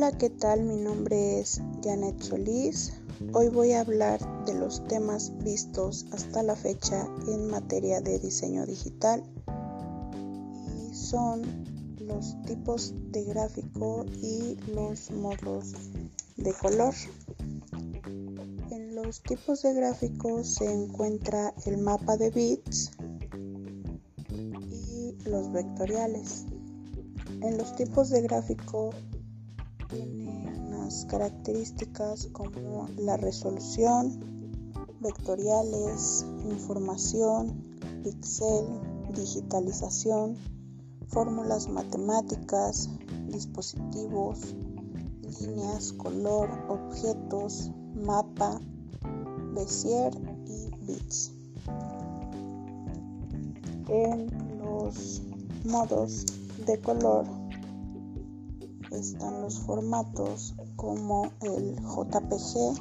Hola, ¿qué tal? Mi nombre es Janet Solís. Hoy voy a hablar de los temas vistos hasta la fecha en materia de diseño digital y son los tipos de gráfico y los modos de color. En los tipos de gráfico se encuentra el mapa de bits y los vectoriales. En los tipos de gráfico tiene unas características como la resolución, vectoriales, información, píxel, digitalización, fórmulas matemáticas, dispositivos, líneas, color, objetos, mapa, Bezier y bits. En los modos de color están los formatos como el JPG,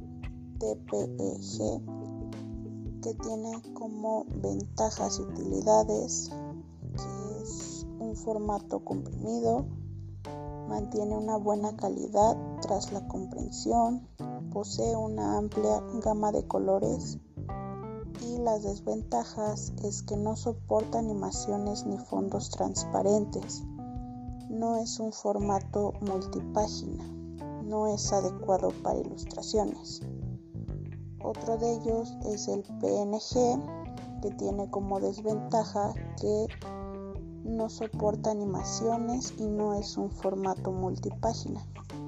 TPEG, que tiene como ventajas y utilidades que es un formato comprimido, mantiene una buena calidad tras la compresión, posee una amplia gama de colores y las desventajas es que no soporta animaciones ni fondos transparentes. No es un formato multipágina, no es adecuado para ilustraciones. Otro de ellos es el PNG, que tiene como desventaja que no soporta animaciones y no es un formato multipágina.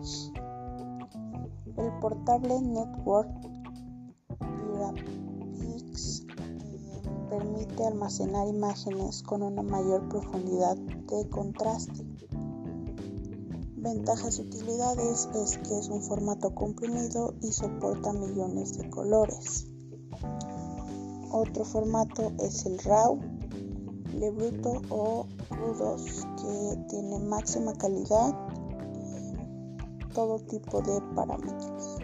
El portable Network Graphics permite almacenar imágenes con una mayor profundidad de contraste. Ventajas y utilidades es que es un formato comprimido y soporta millones de colores. Otro formato es el RAW, Le Bruto o Crudos, que tiene máxima calidad y todo tipo de parámetros.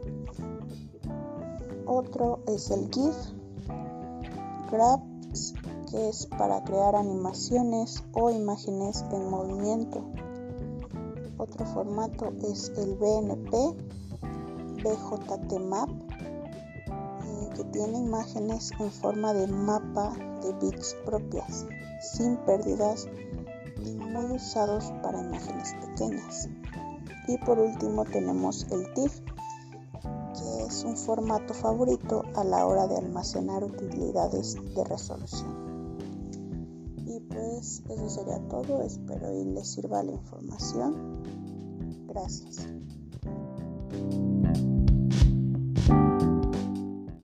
Otro es el GIF, Graphics, que es para crear animaciones o imágenes en movimiento. Otro formato es el BNP, BJTMAP, que tiene imágenes en forma de mapa de bits propias, sin pérdidas y muy usados para imágenes pequeñas. Y por último tenemos el TIFF, que es un formato favorito a la hora de almacenar utilidades de resolución. Y pues eso sería todo, espero y les sirva la información. Gracias.